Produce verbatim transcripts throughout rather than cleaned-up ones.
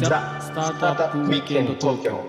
ザ・スタートアップウィークエンド東京。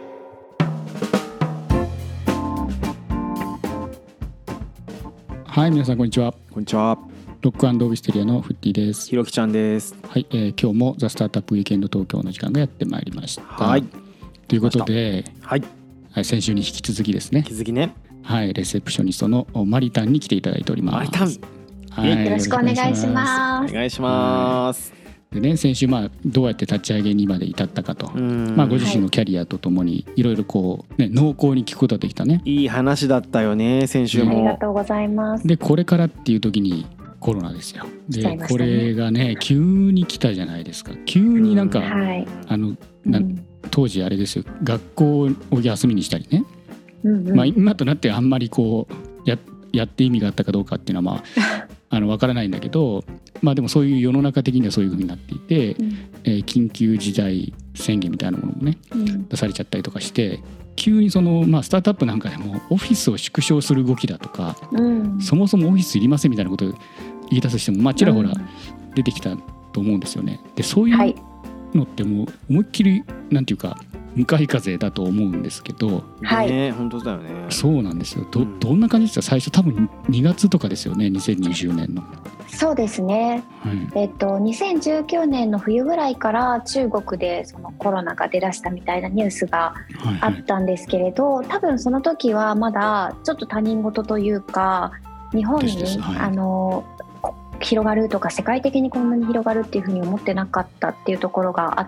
はい、皆さんこんにちは。 こんにちは。 ロック&オフィステリアのフッティです。 ひろきちゃんです。 はい、えー、今日もザ・スタートアップウィークエンド東京の時間がやってまいりました。 はい。 ということで、 はい。 はい、先週に引き続きですね。 引き続きね。 はい、レセプショニストのマリタンに来ていただいております。 マリタン。 はい、 よろしくお願いします。 お願いします。 でね、先週まあどうやって立ち上げにまで至ったかと、まあ、ご自身のキャリアとともにいろいろこう、ね、濃厚に聞くことができたね。 いい話だったよね、先週も。 ありがとうございます。 でこれからっていう時にコロナですよ。で、ね、これがね急に来たじゃないですか。急になんか、うんはい、あのな、うん、当時あれですよ、学校を休みにしたりね、うんうんまあ、今となってあんまりこう や, やって意味があったかどうかっていうのはまああの分からないんだけど、まあでもそういう世の中的にはそういう風になっていて、うんえー、緊急事態宣言みたいなものもね、うん、出されちゃったりとかして、急にその、まあ、スタートアップなんかでもオフィスを縮小する動きだとか、うん、そもそもオフィスいりませんみたいなことを言い出す人もまあちらほら出てきたと思うんですよね。でそういうのってもう思いっきりなんていうか向かい風だと思うんですけど、 はいね、本当だよね。 そうなんですよ。 ど, どんな感じですか？最初多分にがつとかですよね、にせんにじゅうねんの。 そうですね、はいえっと、にせんじゅうきゅうねんの冬ぐらいから中国でそのコロナが出だしたみたいなニュースがあったんですけれど、はいはい、多分その時はまだちょっと他人事というか日本に、はい、あの広がるとか世界的にこんなに広がるっていうふうに思ってなかったっていうところがあって、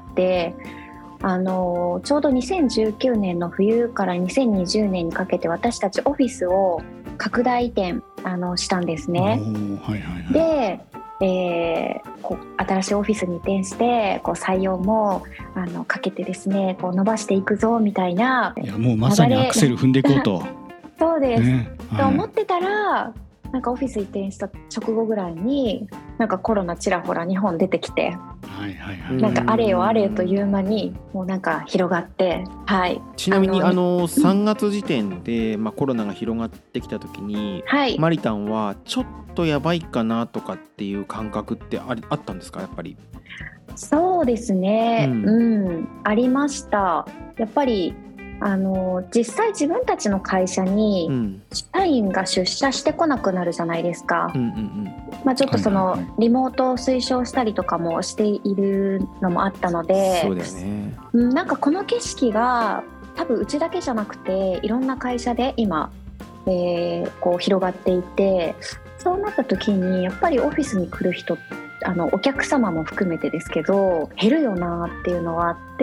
あのちょうどにせんじゅうきゅうねんの冬からにせんにじゅうねんにかけて私たちオフィスを拡大移転あのしたんですね。はいはいはい、で、えー、こう新しいオフィスに移転してこう採用もあのかけてですね、こう伸ばしていくぞみたいな。 いやもうまさにアクセル踏んでいこうとそうです、ねはい、と思ってたらなんかオフィス移転した直後ぐらいになんかコロナちらほら日本出てきて、はいはいはい、なんかあれよあれよという間にもうなんか広がって、はい、 ちなみにあのあのさんがつ時点で、まあ、コロナが広がってきた時に、はい、マリタンはちょっとやばいかなとかっていう感覚ってありあったんですか？やっぱり。 そうですね、うんうん、ありました。やっぱりあの実際自分たちの会社に社員が出社してこなくなるじゃないですか、うんうんうんまあ、ちょっとそのリモートを推奨したりとかもしているのもあったので、 そうだよね、 なんかこの景色が多分うちだけじゃなくていろんな会社で今、えー、こう広がっていて、そうなった時にやっぱりオフィスに来る人あのお客様も含めてですけど減るよなっていうのはあって、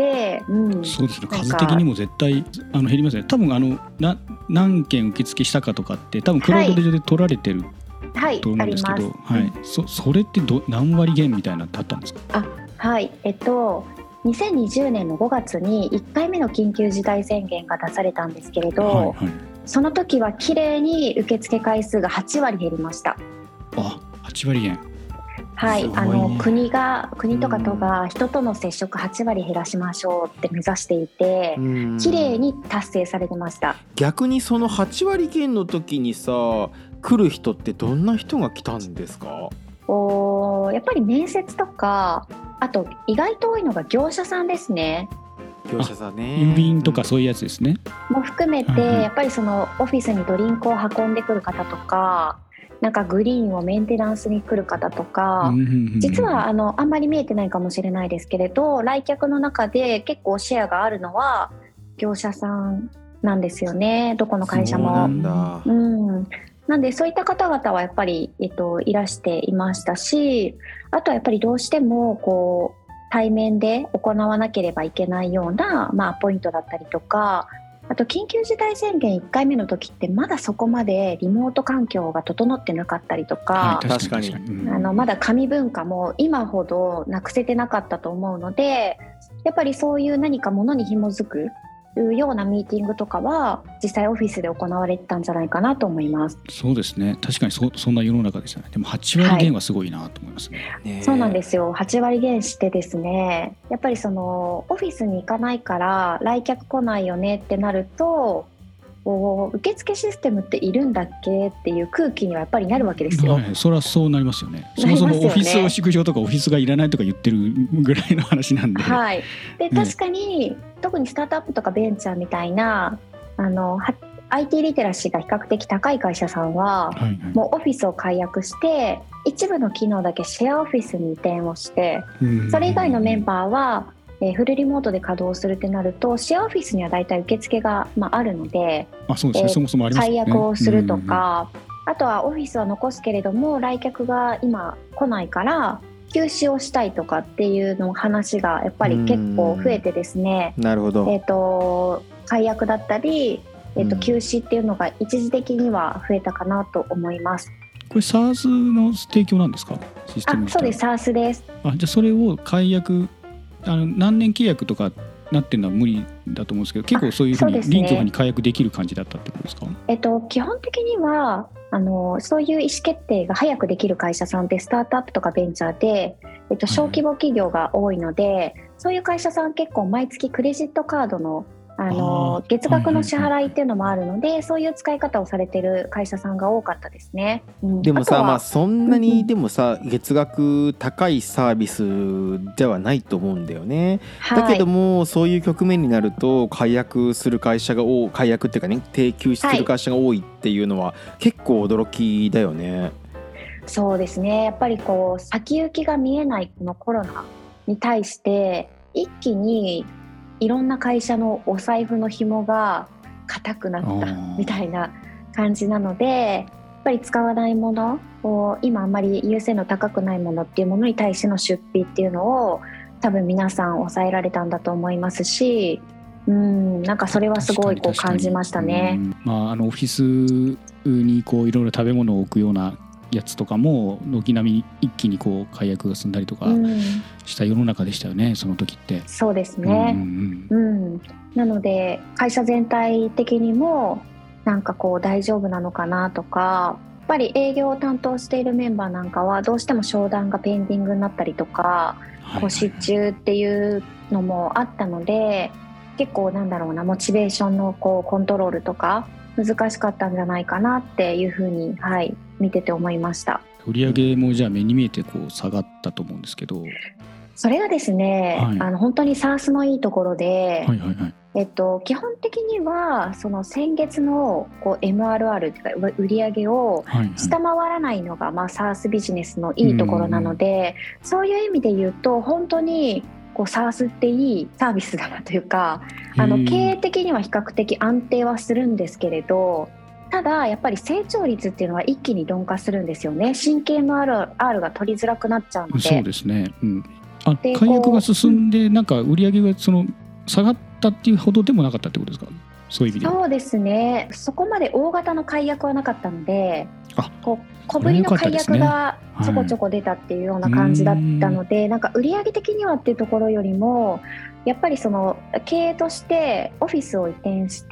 うん、 そうですね、数的にも絶対あの減りますね。多分あのな何件受付したかとかって多分クラウドで取られてる、はい、と思うんですけど、はいはい、そ, それってど何割減みたいなのあったんですか？ あはいえっとにせんにじゅうねんのごがつにいっかいめの緊急事態宣言が出されたんですけれど、はいはい、その時は綺麗に受付回数がはちわり減りました。 あ、はちわり減。 はい、あの国が国とか都が人との接触はちわり減らしましょうって目指していて、綺麗に達成されてました。 逆にそのはちわり減の時にさ来る人ってどんな人が来たんですか？ おやっぱり面接とか、あと意外と多いのが業者さんですね。 業者さんね、 郵便とかそういうやつですね、 うん、も含めてやっぱりそのオフィスにドリンクを運んでくる方とか、なんかグリーンをメンテナンスに来る方とか、実はあのあんまり見えてないかもしれないですけれど、来客の中で結構シェアがあるのは業者さんなんですよね、どこの会社も。そうなんだ、うん、なんでそういった方々はやっぱり、えっと、いらしていましたし、あとはやっぱりどうしてもこう対面で行わなければいけないような、まあ、ポイントだったりとか、あと緊急事態宣言いっかいめの時ってまだそこまでリモート環境が整ってなかったりとか、 はい、確かに、 うん、あのまだ紙文化も今ほどなくせてなかったと思うので、やっぱりそういう何かものに紐づくようなミーティングとかは実際オフィスで行われてたんじゃないかなと思います。 そうですね、確かに そ, そんな世の中でしたね。でもはちわり減はすごいなと思いますね、はい、 ね。そうなんですよ、はちわり減してですね、やっぱりそのオフィスに行かないから来客来ないよねってなると、 受付システムっているんだっけっていう空気にはやっぱりなるわけですよ、 はい、それはそうなりますよね。そもそもオフィス縮小とかオフィスがいらないとか言ってるぐらいの話なんで、 はい、で確かに、え特にスタートアップとかベンチャーみたいなあの アイティー リテラシーが比較的高い会社さんは、はいはい、もうオフィスを解約して一部の機能だけシェアオフィスに移転をして、それ以外のメンバーはえー、フルリモートで稼働するってなるとシェアオフィスにはだいたい受付が、まあ、あるので、 あ、そうですね、えー、そもそもありますね。 解約をするとか、あとはオフィスは残すけれども来客が今来ないから休止をしたいとかっていうの話がやっぱり結構増えてですね、 なるほど、 えーと、解約だったり、えーと、休止っていうのが一時的には増えたかなと思います。 これ SaaS の提供なんですか？システム？ あ、そうです、 SaaS です。 あ、じゃあそれを解約あの何年契約とかなってるのは無理だと思うんですけど、結構そういうふうに臨機応変に解約できる感じだったってことですか？ えっと、基本的にはあのそういう意思決定が早くできる会社さんってスタートアップとかベンチャーで、えっと、小規模企業が多いので、はい、そういう会社さん結構毎月クレジットカードのあの月額の支払いっていうのもあるので、はいはいはい、そういう使い方をされてる会社さんが多かったですね、うん、 でもさ、まあ、そんなにでもさ、うん、月額高いサービスではないと思うんだよね、はい、だけどもそういう局面になると解約する会社が多い、解約っていうかね、定休止する会社が多いっていうのは結構驚きだよね、はい、 そうですね、やっぱりこう先行きが見えないこのコロナに対して一気にいろんな会社のお財布の紐が固くなったみたいな感じなので、やっぱり使わないものを今あんまり優先度高くないものっていうものに対しての出費っていうのを多分皆さん抑えられたんだと思いますし、うん、なんかそれはすごいこう感じましたね。 まあ、あのオフィスにこういろいろ食べ物を置くようなやつとかも軒並み一気にこう解約が進んだりとかした世の中でしたよね、うん、その時って。 そうですね、うんうんうん、なので会社全体的にもなんかこう大丈夫なのかなとか、やっぱり営業を担当しているメンバーなんかはどうしても商談がペンディングになったりとか、こう失注っていうのもあったので、結構なんだろうな、モチベーションのこうコントロールとか難しかったんじゃないかなっていうふうに、はい、見てて思いました。 売上もじゃあ目に見えてこう下がったと思うんですけど、 それがですね、はい、あの本当に SaaS のいいところで、はいはいはい、えっと、基本的にはその先月のこう エムアールアール というか売上を下回らないのが、まあ SaaS ビジネスのいいところなので、うん、そういう意味で言うと本当にこう SaaS っていいサービスだなというか、あの経営的には比較的安定はするんですけれど、ただやっぱり成長率っていうのは一気に鈍化するんですよね。新規 エムアールアール が取りづらくなっちゃうので。 そうですね、うん、あ解約が進んでなんか売上がその下がったっていうほどでもなかったってことですか？そういう意味で。 そうですね、そこまで大型の解約はなかったので、あこう小ぶりの解約がちょこちょこ出たっていうような感じだったので、はい、なんか売上的にはっていうところよりもやっぱりその経営としてオフィスを移転して、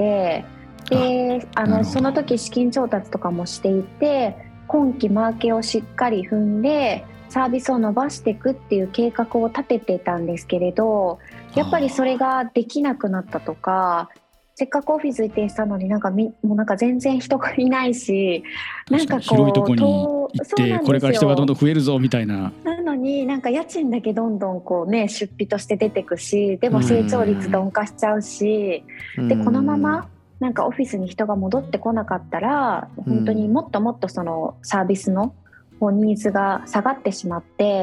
であのその時資金調達とかもしていて、今期マーケをしっかり踏んでサービスを伸ばしていくっていう計画を立ててたんですけれど、やっぱりそれができなくなったとか、せっかくオフィス移転したのになんかみもうなんか全然人がいないし、なんかこう広いとこに行ってこれから人がどんどん増えるぞみたいな。 なのになんか家賃だけどんどんこうね出費として出てくし、でも成長率鈍化しちゃうし、でこのままなんかオフィスに人が戻ってこなかったら本当にもっともっとそのサービスのニーズが下がってしまって、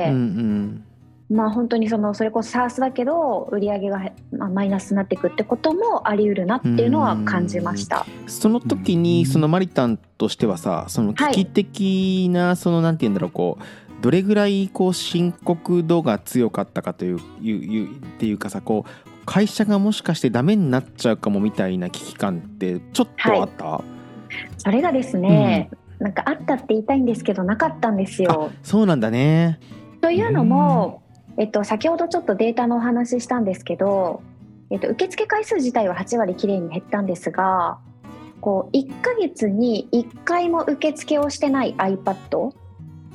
うんうん、まあ本当にそのそれこそ SaaS だけど売り上げがマイナスになっていくってこともあり得るなっていうのは感じました。 その時にそのマリタンとしてはさ、その危機的なそのなんていうんだろう、こうどれぐらいこう深刻度が強かったかといういうっていうかさ、こう会社がもしかしてダメになっちゃうかもみたいな危機感ってちょっとあった？はい、 それがですね、うん、なんかあったって言いたいんですけどなかったんですよ。 あ、そうなんだね。 というのも、えっと、先ほどちょっとデータのお話ししたんですけど、えっと、受付回数自体ははち割きれいに減ったんですが、こういっかげつにいっかいも受付をしてない iPad っ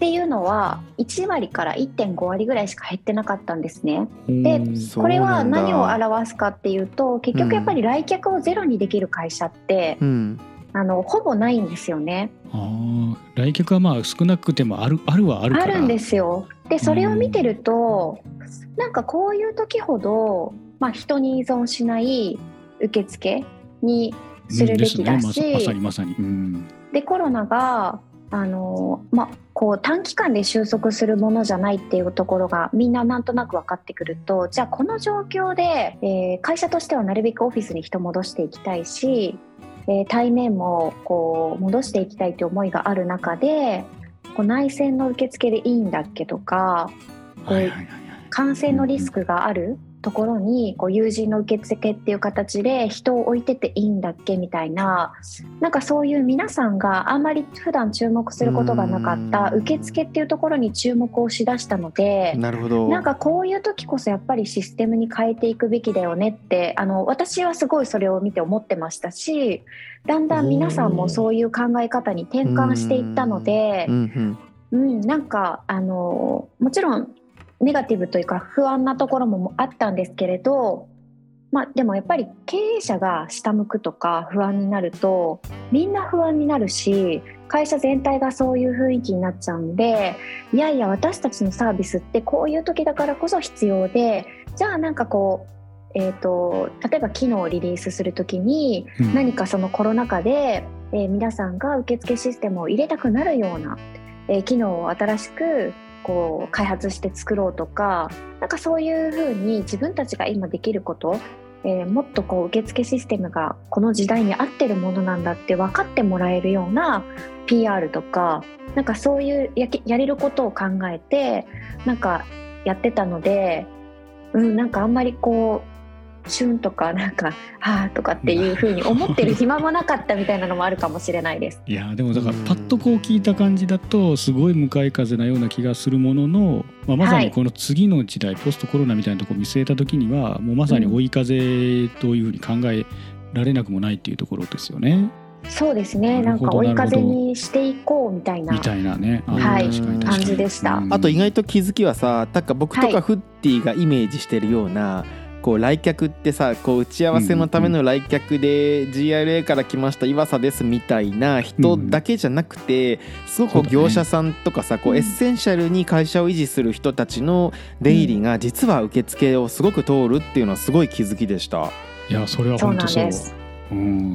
っていうのはいちわりから いってんごわりぐらいしか減ってなかったんですね。でこれは何を表すかっていうと、結局やっぱり来客をゼロにできる会社って、うん、あのほぼないんですよね。 あ、来客はまあ少なくてもある、あるはあるからあるんですよ。でそれを見てると、なんかこういう時ほど、まあ、人に依存しない受付にするべきだし、 うん、まさにまさに、うん、 でコロナがあの、ま、こう短期間で収束するものじゃないっていうところがみんななんとなく分かってくると、じゃあこの状況で、えー、会社としてはなるべくオフィスに人戻していきたいし、えー、対面もこう戻していきたいという思いがある中で、こう内線の受付でいいんだっけとか、こう感染のリスクがあるところにこう友人の受付っていう形で人を置いてていいんだっけみたいな、なんかそういう皆さんがあんまり普段注目することがなかった受付っていうところに注目をしだしたので、 なるほど、 なんかこういう時こそやっぱりシステムに変えていくべきだよねって、あの私はすごいそれを見て思ってましたし、だんだん皆さんもそういう考え方に転換していったので、うん、うん、なんかあのもちろんネガティブというか不安なところもあったんですけれど、まあ、でもやっぱり経営者が下向くとか不安になるとみんな不安になるし、会社全体がそういう雰囲気になっちゃうんで、いやいや私たちのサービスってこういう時だからこそ必要で、じゃあなんかこう、えーと、例えば機能をリリースする時に何かそのコロナ禍で、えー、皆さんが受付システムを入れたくなるような、えー、機能を新しくこう開発して作ろうとか、なんかそういうふうに自分たちが今できること、えー、もっとこう受付システムがこの時代に合ってるものなんだって分かってもらえるような ピーアール とか、なんかそういうや, やれることを考えてなんかやってたので、うん、なんかあんまりこうシュンとかなんかはぁとかっていう風に思ってる暇もなかったみたいなのもあるかもしれないです。 いやでもだからパッとこう聞いた感じだとすごい向かい風なような気がするものの、まあ、まさにこの次の時代、はい、ポストコロナみたいなところを見据えた時にはもうまさに追い風という風に考えられなくもないっていうところですよね。 そうですね、なんか追い風にしていこうみたいなみたいなね、 はい、感じでした。 あと意外と気づきはさ、なんか僕とかフッティがイメージしてるような、はい、こう来客ってさ、こう打ち合わせのための来客で ジーアールエー から来ました岩佐ですみたいな人だけじゃなくて、すごく業者さんとかさ、こうエッセンシャルに会社を維持する人たちの出入りが実は受付をすごく通るっていうのはすごい気づきでした。 いやそれは本当そう。うん、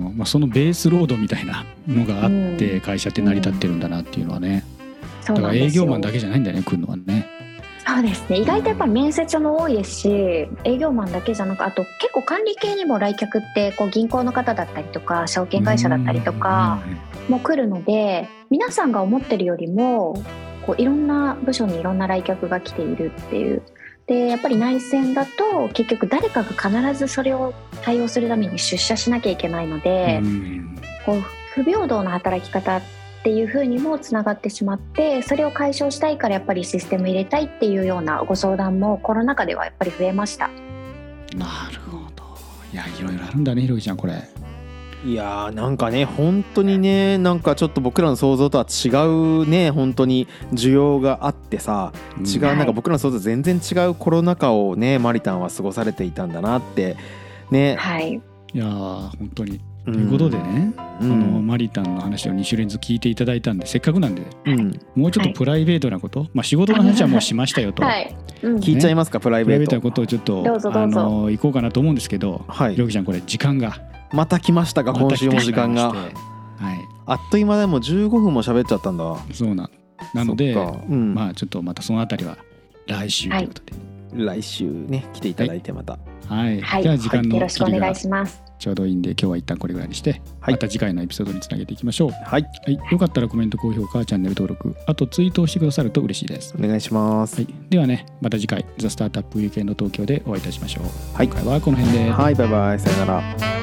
まあ、そのベースロードみたいなのがあって会社って成り立ってるんだなっていうのはね、うん、だから営業マンだけじゃないんだよね、来るのはね。 そうですね、意外とやっぱり面接も多いですし、営業マンだけじゃなく、あと結構管理系にも来客ってこう銀行の方だったりとか証券会社だったりとかも来るので、皆さんが思ってるよりもこういろんな部署にいろんな来客が来ているっていう。でやっぱり内線だと結局誰かが必ずそれを対応するために出社しなきゃいけないので、こう不平等な働き方っていう風にもつながってしまって、それを解消したいからやっぱりシステム入れたいっていうようなご相談もコロナ禍ではやっぱり増えました。 なるほど。いやいろいろあるんだね、ひろきちゃんこれ。 いやーなんかね本当にね、なんかちょっと僕らの想像とは違うね、本当に需要があってさ、違う、なんか僕らの想像と全然違うコロナ禍をねマリタンは過ごされていたんだなってね。 はい。 いやー本当にということでね、うん、あのマリタンの話をに週連続聞いていただいたんで、せっかくなんで、うん、もうちょっとプライベートなこと、はい、まあ、仕事の話はもうしましたよと、はい、 うん、聞いちゃいますか、プライベートなことをちょっとどうぞどうぞあの行こうかなと思うんですけど、はい、ひろきちゃんこれ時間がまた来ましたか、今週も時間が、はい、あっという間でもじゅうごふんも喋っちゃったんだ。 そうななので、うん、まあちょっとまたそのあたりは来週ということで、 はい、来週ね来ていただいてまた、 はいはい、じゃあ時間のよろしくお願いします。 ちょうどいいんで今日は一旦これぐらいにして、はい、また次回のエピソードにつなげていきましょう。 はい、 はい、よかったらコメント高評価チャンネル登録、あとツイートをしてくださると嬉しいです。 お願いします、 はい、ではねまた次回ザ・スタートアップウィークエンド東京でお会いいたしましょう。はい、今回はこの辺で、 はい、バイバイ、さよなら。